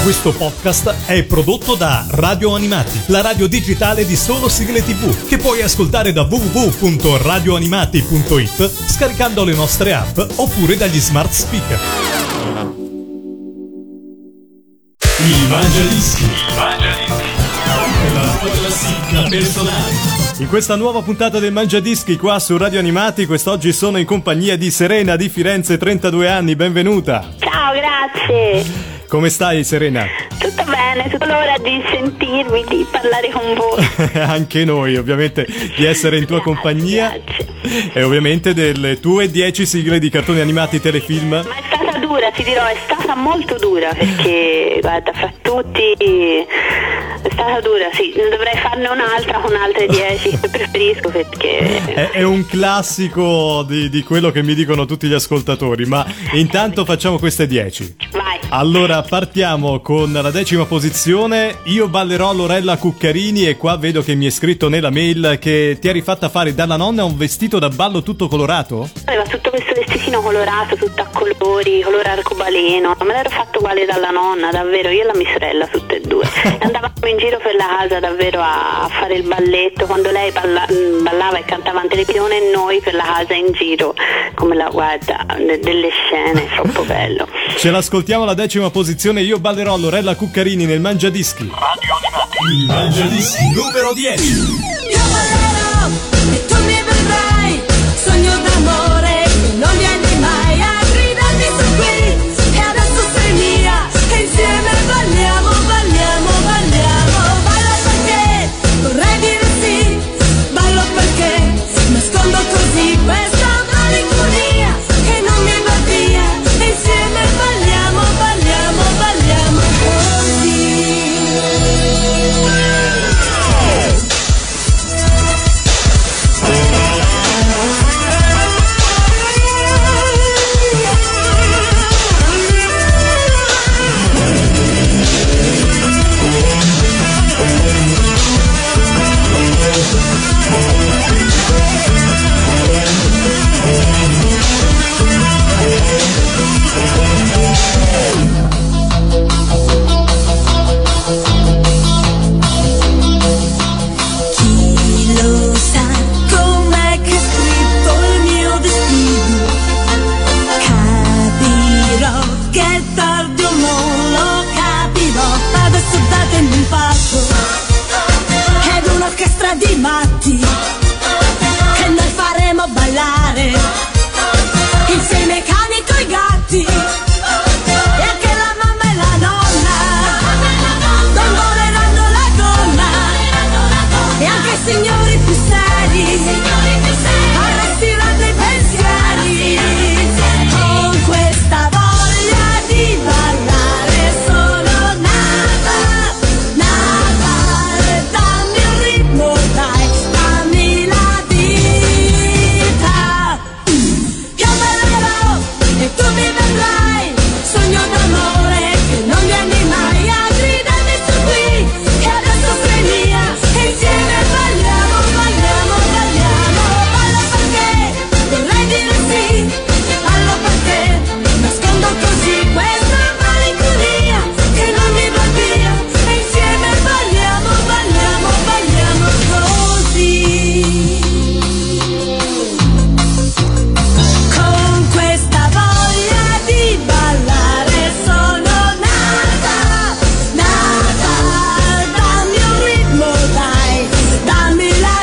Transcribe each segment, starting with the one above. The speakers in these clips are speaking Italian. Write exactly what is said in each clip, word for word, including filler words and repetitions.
Questo podcast è prodotto da Radio Animati, la radio digitale di solo sigle tivù, che puoi ascoltare da w w w punto radio animati punto i t scaricando le nostre app oppure dagli smart speaker. Il Mangiadischi. Il Mangiadischi. La tua classifica personale. In questa nuova puntata del Mangiadischi qua su Radio Animati, quest'oggi sono in compagnia di Serena di Firenze, trentadue anni, benvenuta. Ciao, grazie. Come stai, Serena? Tutto bene, tutto l'ora di sentirvi, di parlare con voi. Anche noi, ovviamente, di essere in tua grazie, compagnia. Grazie. E ovviamente delle tue dieci sigle di cartoni animati, telefilm. Ma è stata dura, ti dirò, è stata molto dura, perché, guarda, fra tutti... È stata dura, sì, dovrei farne un'altra con altre dieci, che preferisco perché... È, è un classico di, di quello che mi dicono tutti gli ascoltatori, ma intanto facciamo queste dieci. Vai. Allora, partiamo con la decima posizione, Io ballerò Lorella Cuccarini, e qua vedo che mi è scritto nella mail che ti eri fatta fare dalla nonna un vestito da ballo tutto colorato? Aveva tutto questo vestitino colorato, tutto a colori, color arcobaleno, me l'ero fatto uguale dalla nonna, davvero, io e la mia sorella, tutte e due. Andavamo in giro per la casa davvero a fare il balletto, quando lei balla, ballava e cantava in televisione e noi per la casa in giro, come la guarda, delle scene, troppo bello. Ce l'ascoltiamo alla decima posizione, Io ballerò Lorella Cuccarini nel Mangiadischi. Radio Animati. Il Mangiadischi numero dieci. Io ballerò e tu mi vedrai, sogno d'amore che non vieni mai a gridarmi su qui, e adesso sei mia e insieme balliamo, balliamo, balliamo. Ballo perché vorrei dire sì, ballo perché nascondo così questa malinconia che non mi va via, e insieme balliamo, balliamo, balliamo così. Di matti che noi faremo ballare insieme ai cani coi gatti e anche la mamma e la nonna dondoleranno la donna e anche i signori più seri arrestiranno i pensieri con questa voglia di ballare. Sono nata, nata, dammi un ritmo, dai, dammi la vita. Io ballerò e tu mi vedrai, sogno d'amore che non vieni mai a gridarmi su qui, e adesso sei mia e insieme balliamo, balliamo, balliamo. Ballo perché vorrei dire sì, ballo perché nascondo così questa malinconia che non mi va via, e insieme balliamo, balliamo, balliamo così. Con questa voglia di ballare sono nata, nata, dammi un ritmo, dai, dammi la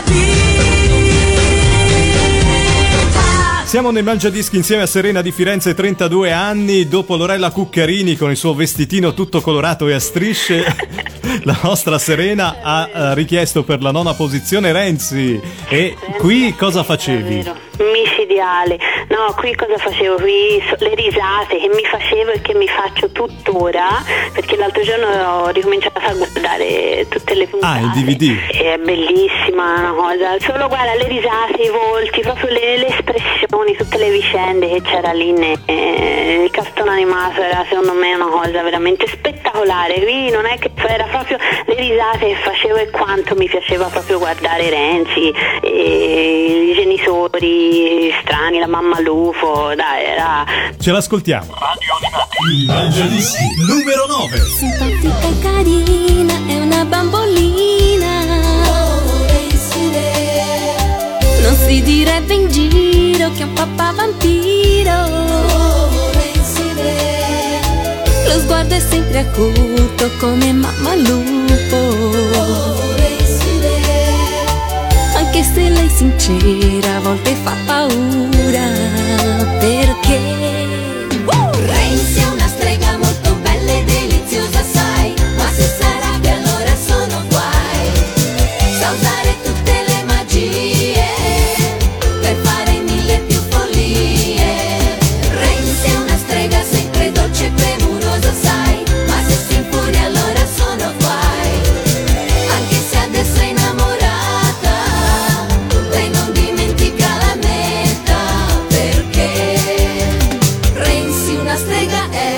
vita. Siamo nel Mangiadischi insieme a Serena di Firenze, trentadue anni, dopo Lorella Cuccarini con il suo vestitino tutto colorato e a strisce. La nostra Serena ha eh, richiesto per la nona posizione Renzi. E qui cosa facevi? Davvero, micidiale. No, qui cosa facevo? Qui so- le risate che mi facevo e che mi faccio tuttora, perché l'altro giorno ho ricominciato a guardare tutte le puntate. Ah, il D V D. È bellissima una cosa. Solo guarda le risate, i volti, proprio le, le espressioni, tutte le vicende che c'era lì nel eh, il cartone animato era secondo me una cosa veramente spettacolare. Qui non è che era proprio le risate che facevo e quanto mi piaceva proprio guardare Renzi, e i genitori strani, la mamma Lufo, dai, era... Ce l'ascoltiamo. Radio Animati. Il Mangiadischi numero nove. giro che è un papà vampiro. Lo sguardo è sempre acuto come mamma lupo. Anche se lei sincera a volte fa paura, perché Renzi è una strega molto bella e deliziosa, sai, ma se s'arrabbia allora sono guai. Sa usare tutte le magie per fare mille più follie. Renzi è una strega sempre dolce e premurosa, sai, ma se si infuria allora sono guai. Anche se adesso è innamorata, lei non dimentica la meta, perché Renzi una strega è.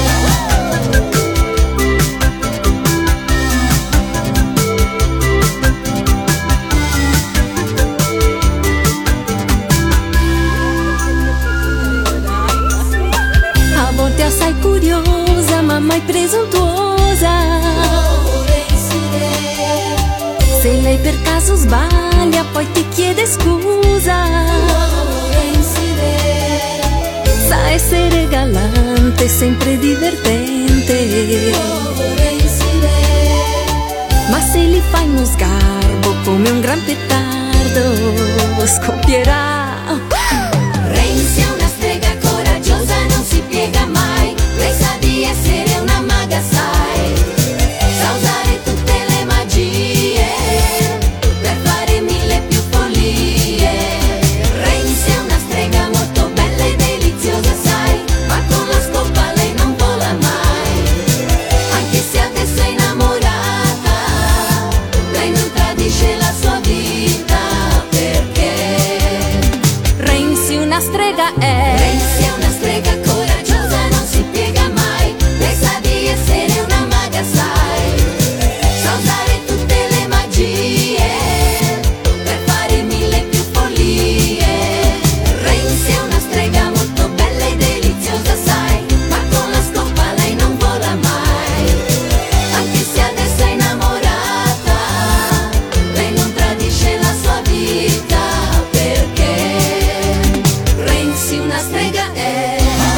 A volte assai curiosa, ma mai presuntuosa. Se lei per caso sbaglia, poi ti chiede scusa. Sa essere galante, sempre divertente. Ma se li fai uno sgarbo come un gran petardo, scoppierà. Renzi è una strega coraggiosa, non si piega mai. Lei sa di essere una maga, sai. Sa usare tutte le magie per fare mille più follie. Renzi è una strega molto bella e deliziosa, sai, ma con la scopa lei non vola mai. Anche se adesso è innamorata, lei non tradisce la sua vita, perché Renzi una strega è. Renzi è una strega coraggiosa, non si piega mai. Lei sa di essere una maga, sai. Sa usare tutte le magie per fare mille più follie. Renzi è una strega molto bella e deliziosa, sai, ma con la scopa lei non vola mai. Anche se adesso è innamorata, lei non tradisce la sua vita, perché Renzi una strega è.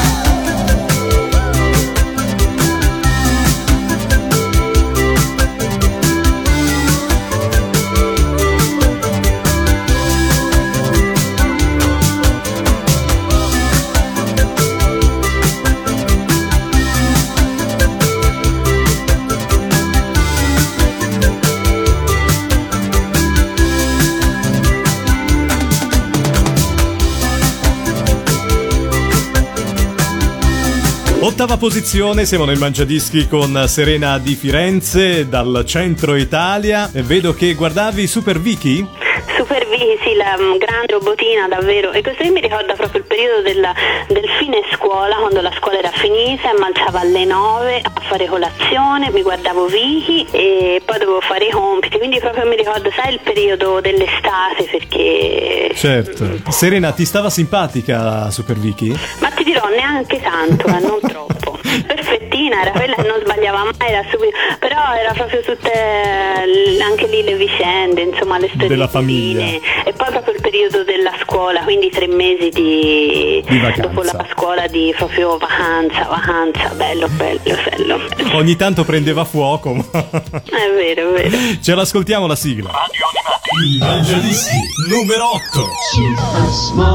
Ottava posizione, siamo nel Mangiadischi con Serena di Firenze dal centro Italia. E vedo che guardavi Super Vicky? Super Vicky, sì, la um, grande robotina davvero, e questo mi ricorda proprio il periodo della, del fine scuola, quando la scuola era finita e mangiavo alle nove a fare colazione, mi guardavo Vicky e poi dovevo fare i compiti, quindi proprio mi ricordo, sai, il periodo dell'estate, perché... Certo. Serena, ti stava simpatica Super Vicky? Ma ti dirò, neanche tanto, eh, non troppo. Perfettina, era quella che non sbagliava mai, era subito, però era proprio tutte, anche lì le vicende, insomma, le storie della famiglia. E poi proprio il periodo della scuola, quindi tre mesi di, di vacanza. Dopo la scuola, di proprio vacanza, vacanza, bello, bello, bello. Ogni tanto prendeva fuoco. È vero, è vero. Ce l'ascoltiamo la sigla. Radio Animati, il Mangiadischi numero otto. She's a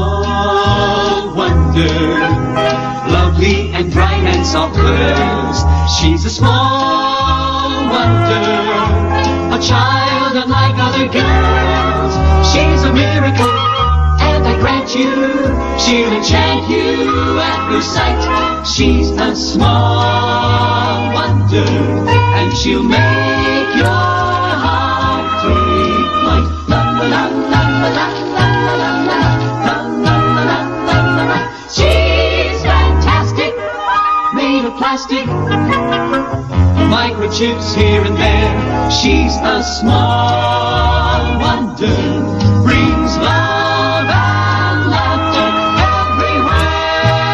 small wonder, lovely and bright and soft curves. She's a small wonder, a child unlike other girls. She's a miracle, and I grant you, she'll enchant you at first sight. She's a small wonder, and she'll make your heart take flight. La la la la la la la la la la la la la. She's fantastic, made of plastic, microchips here and there. She's a small wonder, brings love and laughter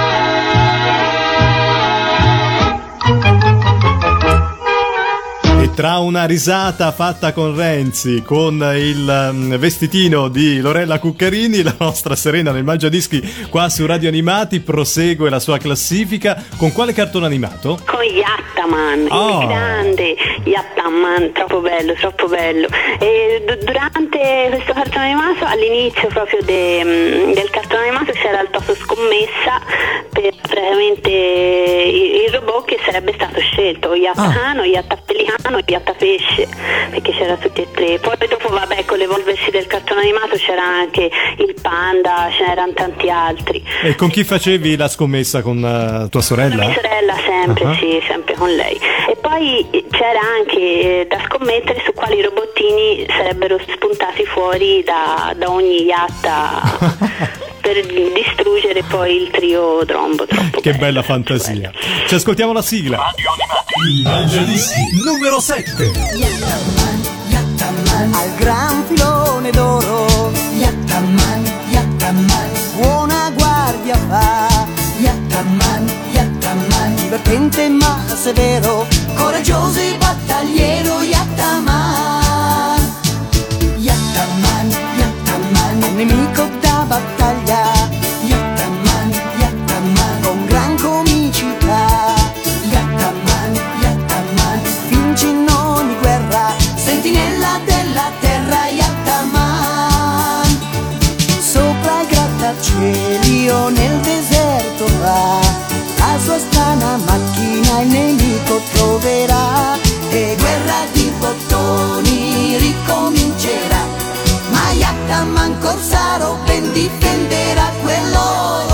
everywhere. tra una risata fatta con Renzi, con il um, vestitino di Lorella Cuccarini, la nostra Serena nel Mangiadischi qua su Radio Animati prosegue la sua classifica. Con quale cartone animato? Con Yattaman, oh. il grande Yattaman, troppo bello, troppo bello. E d- durante questo cartone animato, all'inizio proprio de, del cartone animato, c'era il Toto Scommessa per praticamente il, il robot che sarebbe stato scelto, Yattano, ah. Yatta Pellicano e Yatta Pesce, perché c'era tutti e tre. Poi dopo, vabbè, con l'evolversi del cartone animato c'era anche il Panda, ce n'erano tanti altri. E con chi facevi la scommessa? Con uh, tua sorella? Con mia sorella sempre, uh-huh. sì, sempre con lei. E poi c'era anche da scommettere su quali robottini sarebbero spuntati fuori da, da ogni yatta per distruggere poi il trio Drombo. Troppo che bello, bella fantasia. Bello. Ci ascoltiamo la sigla. Radio Animati, il Mangiadischi numero sette. Yattaman, Yattaman, al gran filone d'oro. Yattaman, Yattaman, buona guardia fa. Yattaman, Yattaman, divertente ma severo, coraggioso e battagliero. Yattaman, Yattaman, Yattaman, il nemico da battaglia. Yattaman, Yattaman, con gran comicità. Yattaman, Yattaman, vince in ogni guerra, sentinella della terra. Yattaman, sopra il grattacieli o nel deserto va, la sua strana macchina il nemico troverà, e guerra di bottoni ricomincerà, ma Yattaman corsaro ben difenderà quell'oro.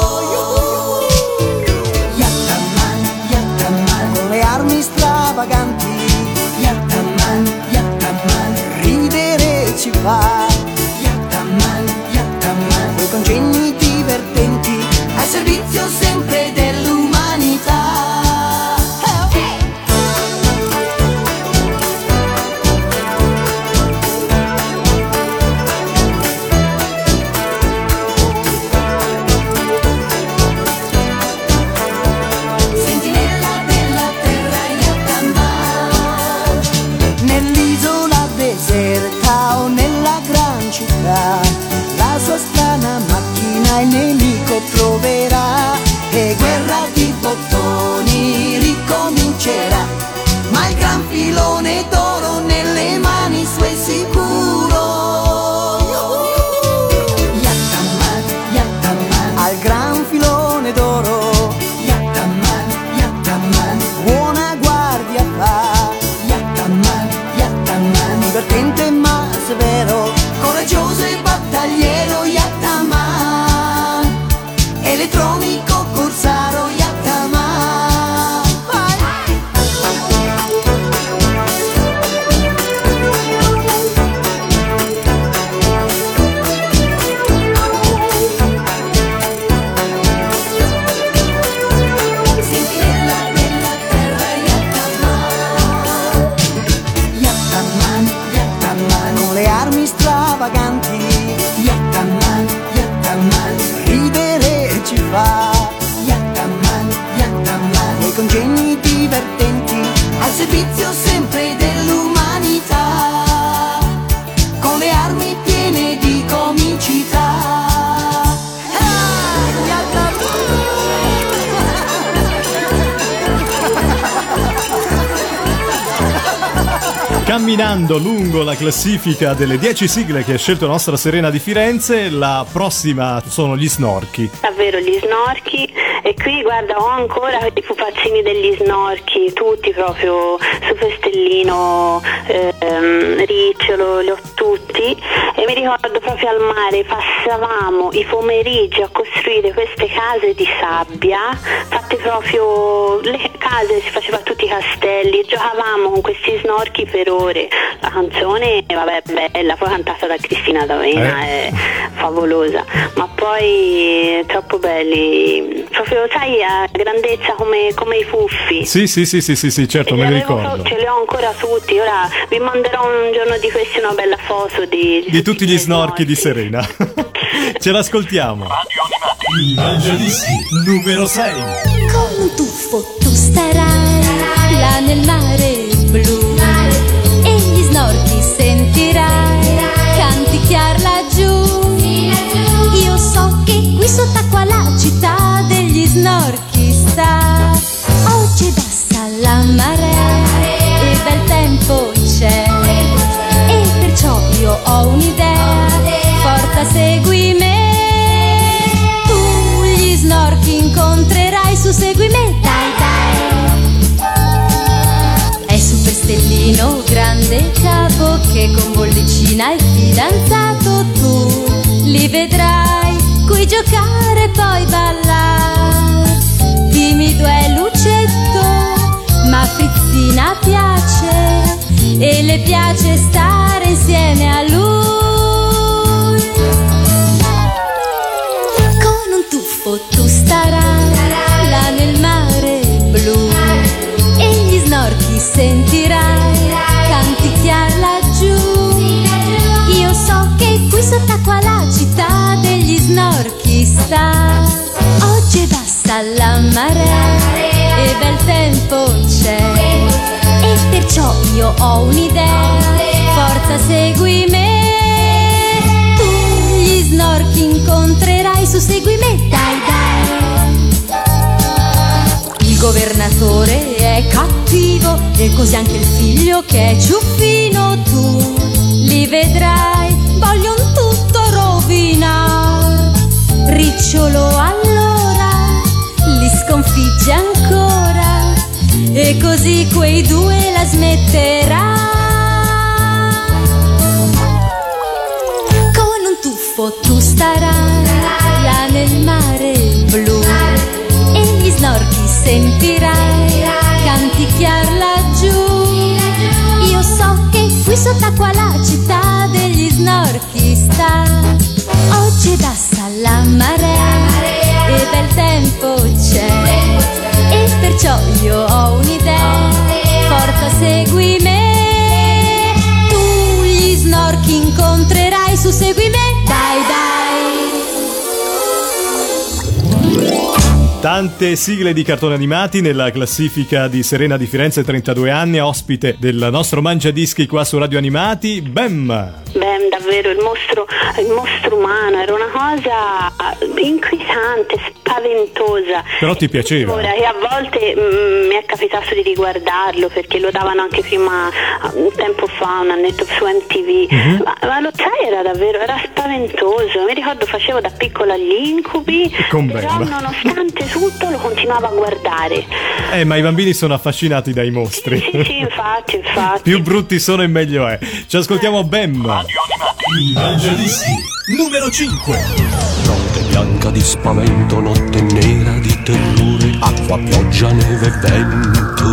Yattaman, Yattaman, con le armi stravaganti. Yattaman, Yattaman, ridere ci fa. Yattaman, Yattaman, coi congegni divertenti, al servizio sempre dell'umanità. Sentinella della terra, Yattaman, nell'isola deserta o nella gran città, la sua strana macchina il nemico troverà, e guerra di bottoni ricomincerà, ma il gran filone d'oro nelle mani sue sicuro. Yattaman, Yattaman, al gran filone d'oro. Yattaman, Yattaman, buona guardia fa. Yattaman, Yattaman, divertente ma severo, coraggioso e battagliero. Yattaman, elettronico corsaro. Yattaman, vai! Sentinella della terra, Yattaman, Yattaman, Yattaman, con le armi stravaganti. Yattaman, Yattaman, ridere ci fa. Yattaman, Yattaman, nei congegni divertenti, al servizio sempre dell'umanità, con le armi piene di comicità. Ah, Camminando lungo la classifica delle dieci sigle che ha scelto la nostra Serena di Firenze, la prossima sono gli Snorchi. Davvero gli Snorchi, e qui guarda ho ancora i pupazzini degli Snorchi, tutti proprio su Festellino, ehm, Ricciolo, li ho tutti, e mi ricordo proprio al mare passavamo i pomeriggi a costruire queste case di sabbia, fatte proprio, le case si faceva tutti i castelli, giocavamo con questi Snorchi per ore. La canzone vabbè bella, poi cantata da Cristina D'Avena, eh. è favolosa, ma poi troppo belli, proprio sai a grandezza come, come i Puffi. Sì sì sì sì sì, sì certo, me li ricordo. Ce li ho ancora tutti, ora vi manderò un giorno di questi una bella foto di, di, di tutti gli Snorchi di Serena. Ce l'ascoltiamo. Radio Animati, il Mangiadischi numero sei. Con un tuffo tu starai là nel mare blu. tempo c'è, e perciò io ho un'idea, forza segui me. Tu gli snorchi incontrerai, su segui me, dai dai. È super stellino, grande capo, che con bollicina è fidanzato. Tu li vedrai, cui giocare poi ballar. Timido è Lucetto, ma Frizzina piace, e le piace stare insieme a lui. Con un tuffo tu starai là nel mare blu, e gli snorchi sentirai canticchiar laggiù. Io so che qui sott'acqua la città degli snorchi sta. Oggi è bassa la marea e bel tempo c'è, e perciò io ho un'idea, forza segui me. Tu gli snorchi incontrerai, su segui me, dai dai. Il governatore è cattivo, e così anche il figlio che è ciuffino. Tu li vedrai, vogliono tutto rovinar. Ricciolo allora li sconfigge ancora, e così quei due la smetterà. Con un tuffo tu starai là nel mare blu, e gli snorchi sentirai canticchiar laggiù. Io so che qui sott'acqua la città degli snorchi sta. Oggi è bassa la marea e bel tempo c'è, e perciò io ho un'idea, forza segui me. Tu gli snorchi incontrerai, su segui me, dai dai. Tante sigle di cartoni animati nella classifica di Serena di Firenze, trentadue anni, ospite del nostro Mangiadischi qua su Radio Animati, Bem. Beh, davvero il mostro, il mostro umano era una cosa inquietante, spaventosa. Però ti piaceva? Ora, e a volte mh, mi è capitato di riguardarlo, perché lo davano anche prima, un tempo fa, un annetto su M T V. Uh-huh. Ma, ma lo sai, era davvero, era spaventoso. Mi ricordo facevo da piccola gli incubi, Con però Bem. Nonostante tutto lo continuavo a guardare. Eh, ma i bambini sono affascinati dai mostri. Sì, sì, sì, infatti, infatti. Più brutti sono e meglio è. Ci ascoltiamo Bem. Il Mangiadischi numero cinque. Notte bianca di spavento, notte nera di terrore, acqua, pioggia, neve e vento.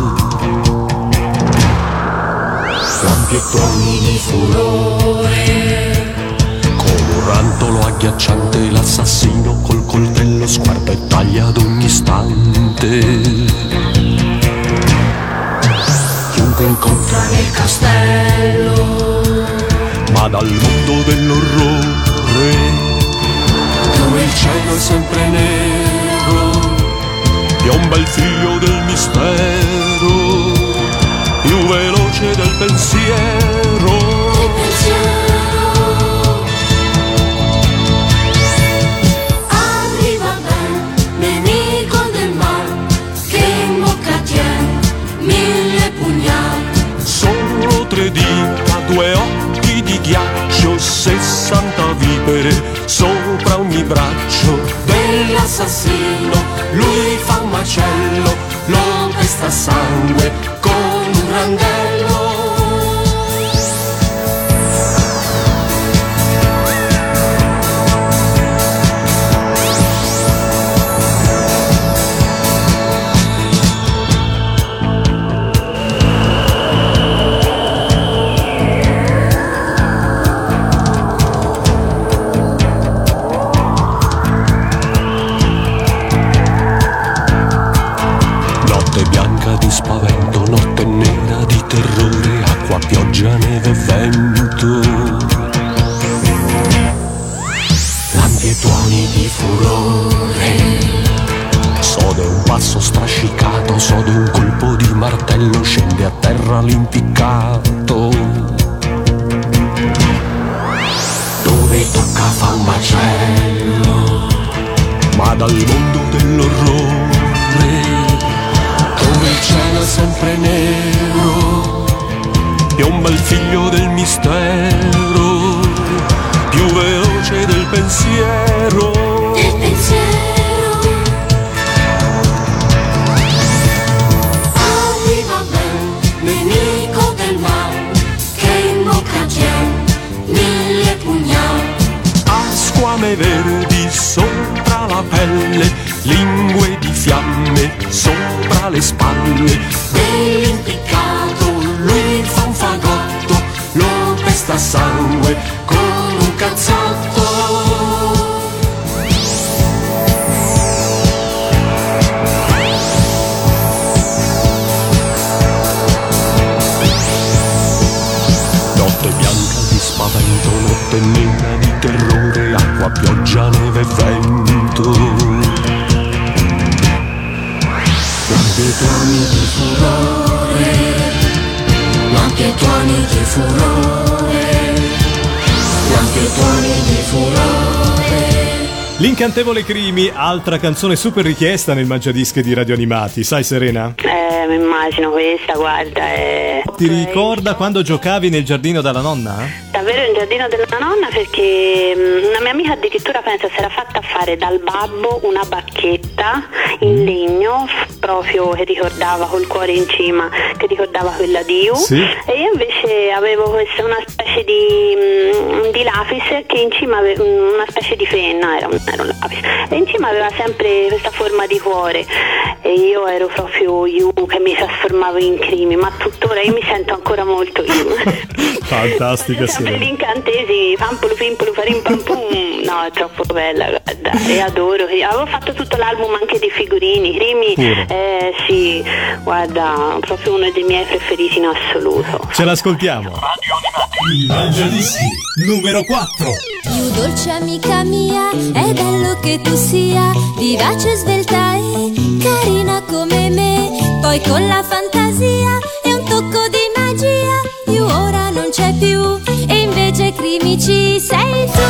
Lampi e tuoni di furore, come un rantolo agghiacciante, l'assassino col coltello sguarda e taglia ad ogni istante. Chiunque incontra nel castello, ma dal mondo dell'orrore, dove il cielo è sempre nero, piomba il figlio del mistero, più veloce del pensiero. Il pensiero. Arriva Ben, nemico del mal, che in bocca tien mille pugnali. Solo tre dita, due occhi di ghiaccio, sessanta vipere sopra ogni braccio dell'assassino. Lui fa un macello, lo pesta a sangue con un randello. Di spavento, notte nera di terrore, acqua, pioggia, neve e vento. Lampi e tuoni di furore, sode un passo strascicato, sode un colpo di martello, scende a terra l'impiccato. Dove tocca fa un macello, ma dal mondo dell'orrore, dove il cielo è sempre nero, chiama il figlio del mistero, più veloce del pensiero. Del pensiero. Arriva ben, nemico del mal, che in bocca c'è mille pugnali. Ha squame verdi sopra la pelle, lingue di fiamme sopra le spalle. Dell'impiccato lui fa un fagotto, lo pesta a sangue con un cazzotto. Notte bianca di spavento, notte nera di terrore, acqua, pioggia, neve e vento. Lampi tuoni di furore, lampi tuoni di furore, lampi tuoni di furore. L'incantevole Crimi, altra canzone super richiesta nel Mangiadischi di Radio Animati, sai Serena? Eh, mi immagino questa, guarda. È... Ti ricorda quando giocavi nel giardino della nonna? Davvero in giardino della nonna, perché mh, una mia amica addirittura pensa si era fatta fare dal babbo una bacchetta in legno proprio che ricordava col cuore in cima, che ricordava quella di U, sì. E io invece avevo questa una specie di, mh, di lapis che in cima aveva una specie di fenna, era un, era un lapis, e in cima aveva sempre questa forma di cuore, e io ero proprio U che mi trasformavo in Crimi, ma tuttora io mi sento ancora molto U. Fantastica, sì. Gli incantesimi, pampulu pimpulu farim pam pum, no, è troppo bella, guarda, e adoro. Avevo fatto tutto l'album anche di figurini, Crimi, eh sì, guarda, proprio uno dei miei preferiti in assoluto. Ce l'ascoltiamo. Il Mangiadischi numero quattro. Più dolce amica mia, è bello che tu sia vivace, svelta e carina come me. Poi con la fantasia e un tocco di magia, più ora non c'è più, e invece Crimi ci sei tu.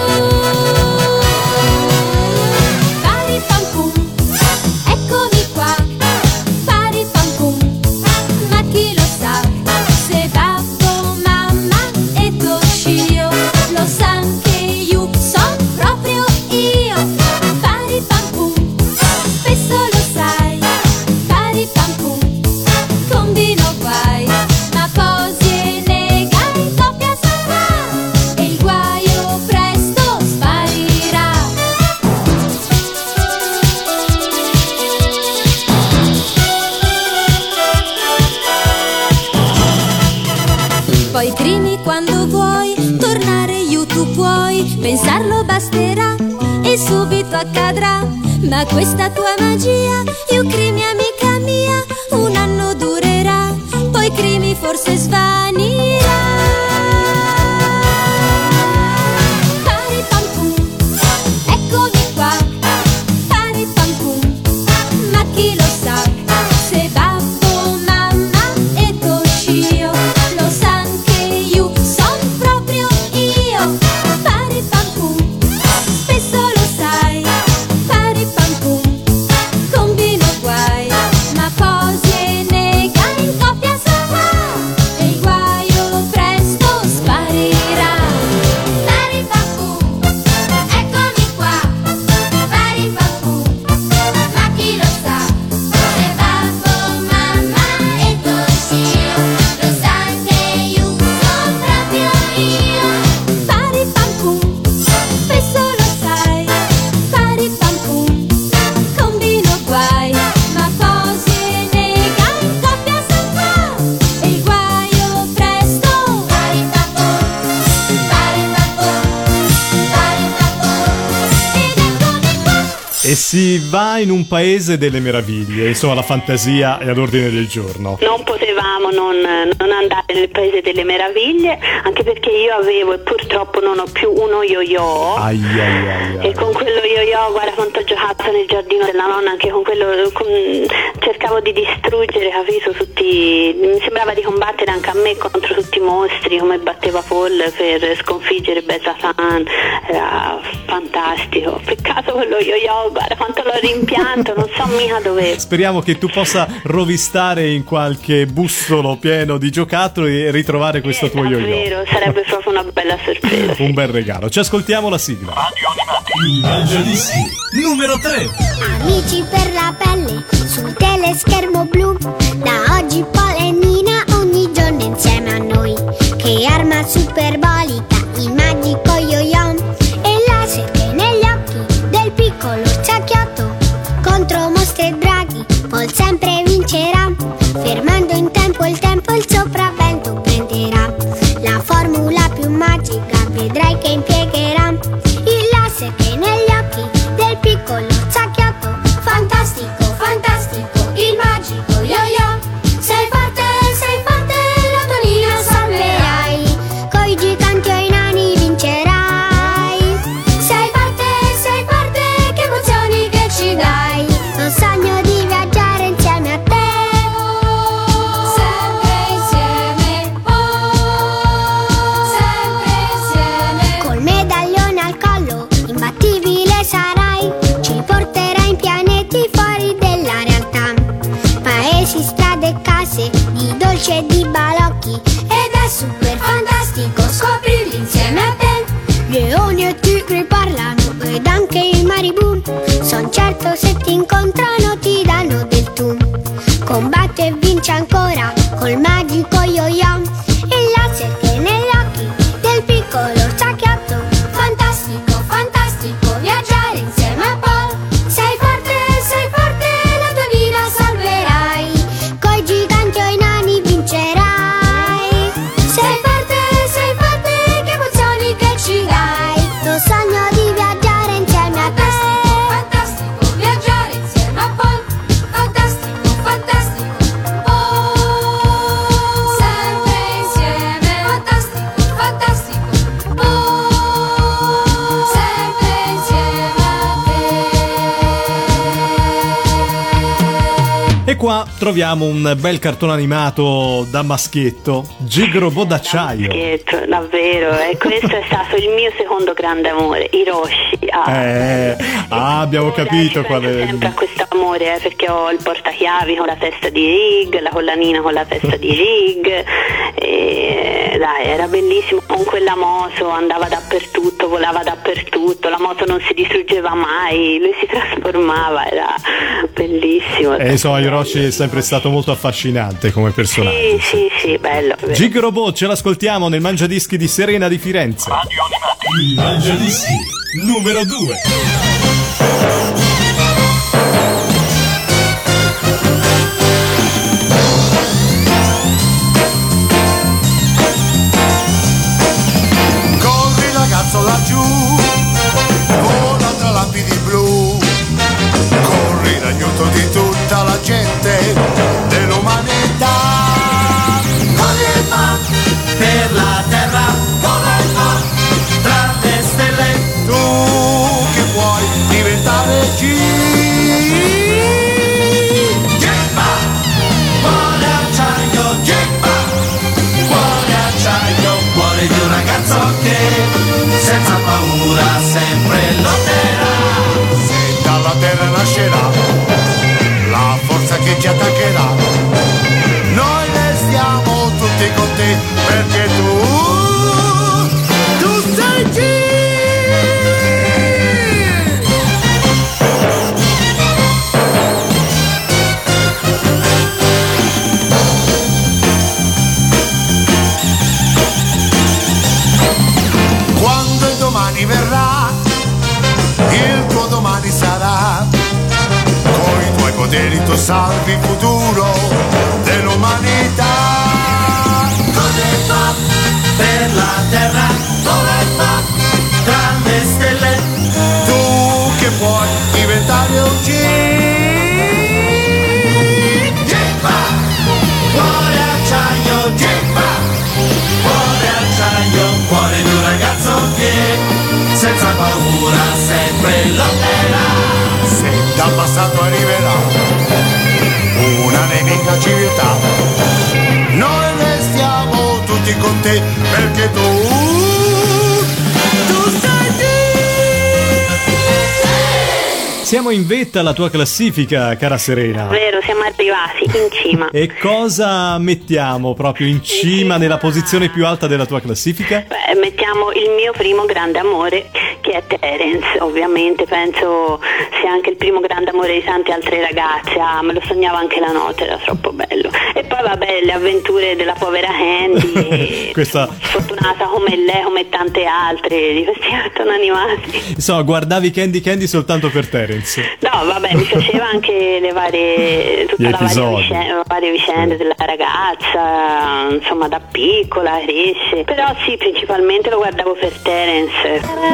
Pari pam pum, eccomi qua. Pari pam pum, ma chi lo sa, se babbo, mamma e Toshio lo san che io son proprio io. Pari pam pum, spesso lo sai. Pari pam pum, combino guai, ma posi e negai, doppia sarà, e il guaio presto sparirà. Poi Crimi quando vuoi tornare io tu puoi, pensarlo basterà e subito accadrà. Ma questa tua magia, io Crimi amica mia, un anno durerà, poi Crimi forse svanirà. Pari pam pum, eccomi qua. Pari pam pum, ma chi lo sa, se babbo, mamma e Toshio lo san che io son proprio io. Pari pam pum, spesso lo sai. Pari pam pum, combino guai, ma posi e nega, in coppia sarà, e il guaio presto sparirà. Pari pam pum, eccomi qua. Pari pam pum, ma chi lo sa, se babbo, mamma e Toshio lo san che io son proprio io. Pari pam pum, spesso lo sai. Pari pam pum, combino guai, ma posi e nega, in coppia sarà, e il guaio presto. Pari pam pum, pari pam pum, pari pam pum, ed eccomi qua. E si va in un paese delle meraviglie, insomma la fantasia è all'ordine del giorno. Non potevamo non, non andare nel paese delle meraviglie, anche perché io avevo e purtroppo non ho più uno yo-yo. Ai ai ai ai. E con quello yo-yo, guarda quanto ho giocato nel giardino della nonna, anche con quello con, cercavo di distruggere, capito, tutti, mi sembrava di combattere anche a me contro tutti i mostri, come batteva Paul per sconfiggere Bezatan, era fantastico. Peccato quello yo-yo guarda quanto l'ho rimpianto, non so mica dove. Speriamo che tu possa rovistare in qualche bussolo pieno di giocattoli e ritrovare questo eh, tuo yo-yo. Davvero, sarebbe proprio una bella sorpresa. Un bel regalo. Ci ascoltiamo la sigla. Il Mangiadischi numero tre. Amici per la pelle sul teleschermo blu. Da oggi Polenina ogni giorno insieme a noi. Che arma superbolica, il magico yo-yo e laser che negli occhi del piccolo Zacchiotto. Contro mostri e draghi Paul sempre vincerà. Fermando in tempo il tempo il sopravvento prenderà. La formula più magica vedrai che impiegherà. Il laser che negli occhi del piccolo Zacchiotto. Fantastico, fantastico, il magico yo-yo. Sei forte, sei forte, la tonina salverai. Coi giganti o i nani vincerai. Sei forte, sei forte, che emozioni che ci dai. Ho sogno di viaggiare insieme a te. Sempre insieme, oh, sempre insieme. Col medaglione al collo, imbattibile sarai. Ci porterai in pianeti fuori della realtà. Paesi, strade e case, di dolci e di balocchi. Ed è super fantastico scoprirli insieme a te. Leoni e tigri parlano ed anche i maribù. Son certo se ti incontrano ti danno del tu. Combatti e vinci ancora col magico yo-yo. Il laser che negli occhi del piccolo Zacchiotto. Fantastico, fantastico, viaggiare insieme a Paul. Sei forte, sei forte, la tonina salverai. Coi giganti o i nani vincerai. Sei forte, sei forte, che emozioni che ci dai. Lo sogno di viaggiare insieme a te. Fantastico, viaggiare insieme a Paul. Fantastico, fantastico, oh, sempre insieme. Fantastico, fantastico, oh, sempre insieme a te. E qua troviamo un bel cartone animato da maschietto, Gigrobo d'acciaio. Scherzo, davvero, e questo è stato il mio secondo grande amore, Hiroshi. Ah, Eh, ah, abbiamo capito Ci qual penso è. sempre a questo amore, eh, perché ho il portachiavi con la testa di Rig, la collanina con la testa di Rig, e dai, era bellissimo, con quella moto andava dappertutto, volava dappertutto, la moto non si distruggeva mai, lui si trasformava, era bellissimo. Eh, insomma, Hiroshi è sempre stato molto affascinante come personaggio. Sì, sì, sì, bello. bello. Gigrobo, ce l'ascoltiamo nel Mangiadischi di Serena di Firenze. Il Mangiadischi numero due. Corri ragazzo laggiù, vola tra lampi blu. Corri l'aiuto di tutta la gente dell'umanità. Corri e va per la terra, vola e va tra le stelle. Tu che vuoi diventare G. Gemma, cuore acciaio, Gemma, cuore acciaio, cuore di un ragazzo che senza paura sempre lotterà. Se dalla terra nascerà la forza che ci attaccherà, noi restiamo tutti con te perché tu, tu sei G. Quando il domani verrà, il tuo domani sarà. Coi tuoi poteri tu salvi il futuro dell'umanità. Cosa fa per la terra, dove fa tra le stelle. Tu che puoi diventare un G. Gemma, cuore acciaio, Gemma, cuore acciaio, cuore di un ragazzo che senza paura sempre lotterà. Se dal passato arriverà una nemica civiltà, noi restiamo tutti con te perché tu, tu sei Siamo in vetta alla tua classifica, cara Serena. Vero, siamo arrivati in cima. E cosa mettiamo proprio in cima, nella posizione più alta della tua classifica? Beh, mettiamo il mio primo grande amore, che è Terence. Ovviamente penso sia anche il primo grande amore di tante altre ragazze. Ah, me lo sognavo anche la notte, era troppo bello. E poi vabbè, le avventure della povera Candy. Questa... sfortunata come lei, come tante altre di questi cartoni animati. Insomma, guardavi Candy Candy soltanto per Terence. No, vabbè, mi piaceva anche le varie, tutta la varie vicende, varie vicende della ragazza, insomma, da piccola cresce. Però sì, principalmente lo guardavo per Terence.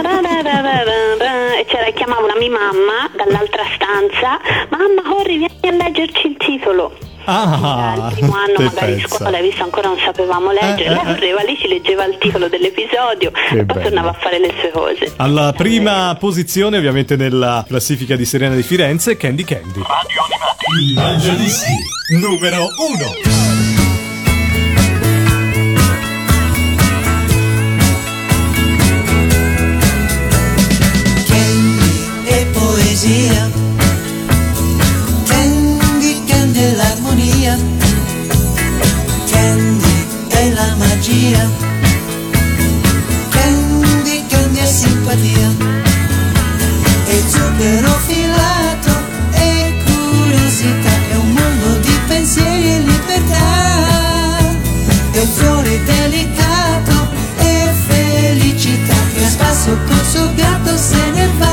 E c'era, chiamavo la mia mamma dall'altra stanza: mamma, corri, vieni a leggerci il titolo. Ah, il primo anno magari pensa. in scuola, visto ancora non sapevamo leggere, eh, lei eh, correva lì, ci leggeva il titolo dell'episodio Che e poi bello. tornava a fare le sue cose. Alla prima posizione, ovviamente nella classifica di Serena di Firenze, Candy Candy. Il Mangiadischi numero uno. E poesia, Candy Candy è l'armonia, Candy è la magia, Candy Candy è simpatia, è zucchero filato, è curiosità, è un mondo di pensieri e libertà, è un fiore delicato, è felicità, che a spasso col suo gatto se ne va.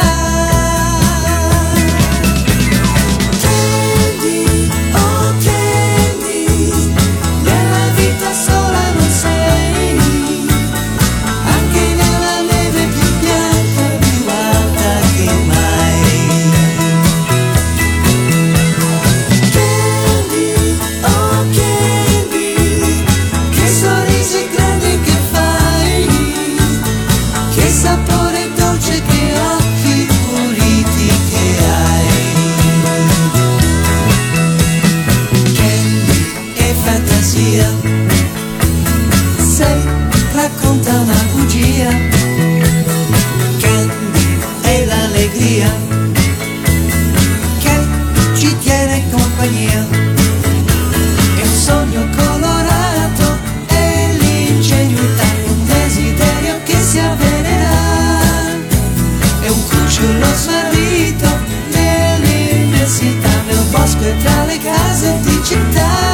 Se racconta una bugia, Candy è l'allegria che ci tiene compagnia, è un sogno colorato, è l'ingenuità, è un desiderio che si avvererà, è un cucciolo smarrito nell'immensità, nel bosco e tra le case di città.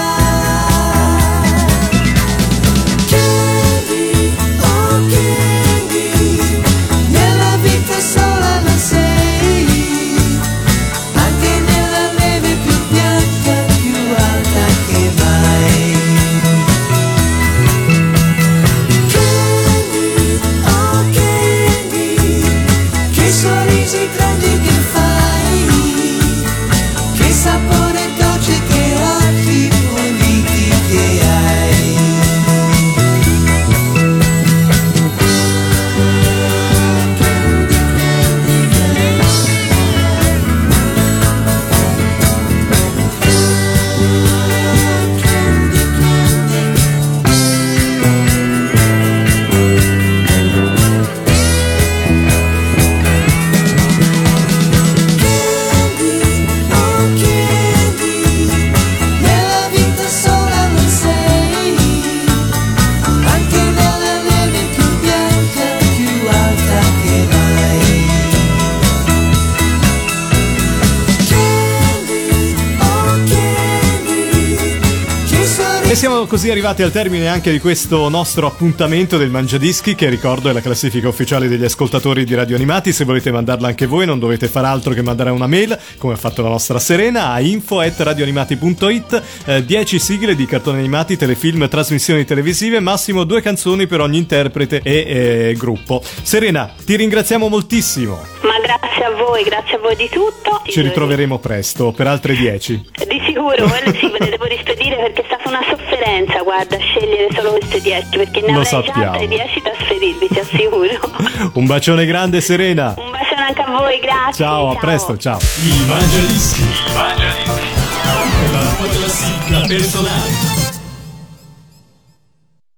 E siamo così arrivati al termine anche di questo nostro appuntamento del Mangiadischi, che ricordo è la classifica ufficiale degli ascoltatori di Radio Animati. Se volete mandarla anche voi non dovete fare altro che mandare una mail, come ha fatto la nostra Serena, a info at radioanimati punto it. eh, dieci sigle di cartoni animati, telefilm, trasmissioni televisive, massimo due canzoni per ogni interprete e eh, gruppo. Serena, ti ringraziamo moltissimo. Ma grazie a voi, grazie a voi di tutto. Ci ritroveremo presto per altre dieci. Di sicuro, quello sì, ve le devo rispedire perché è stata una sofferenza, guarda, scegliere solo queste dieci, perché ne Lo avrei sappiamo. già altre dieci da sferirvi, ti assicuro. Un bacione grande, Serena. Un bacione anche a voi, grazie. Ciao, a presto, ciao. Il Mangiadischi. Il Mangiadischi. La tua classifica personale.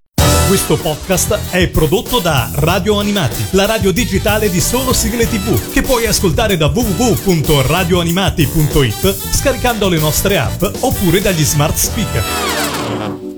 Questo podcast è prodotto da Radio Animati, la radio digitale di solo sigle tivù, che puoi ascoltare da w w w punto radio animati punto it scaricando le nostre app oppure dagli smart speaker.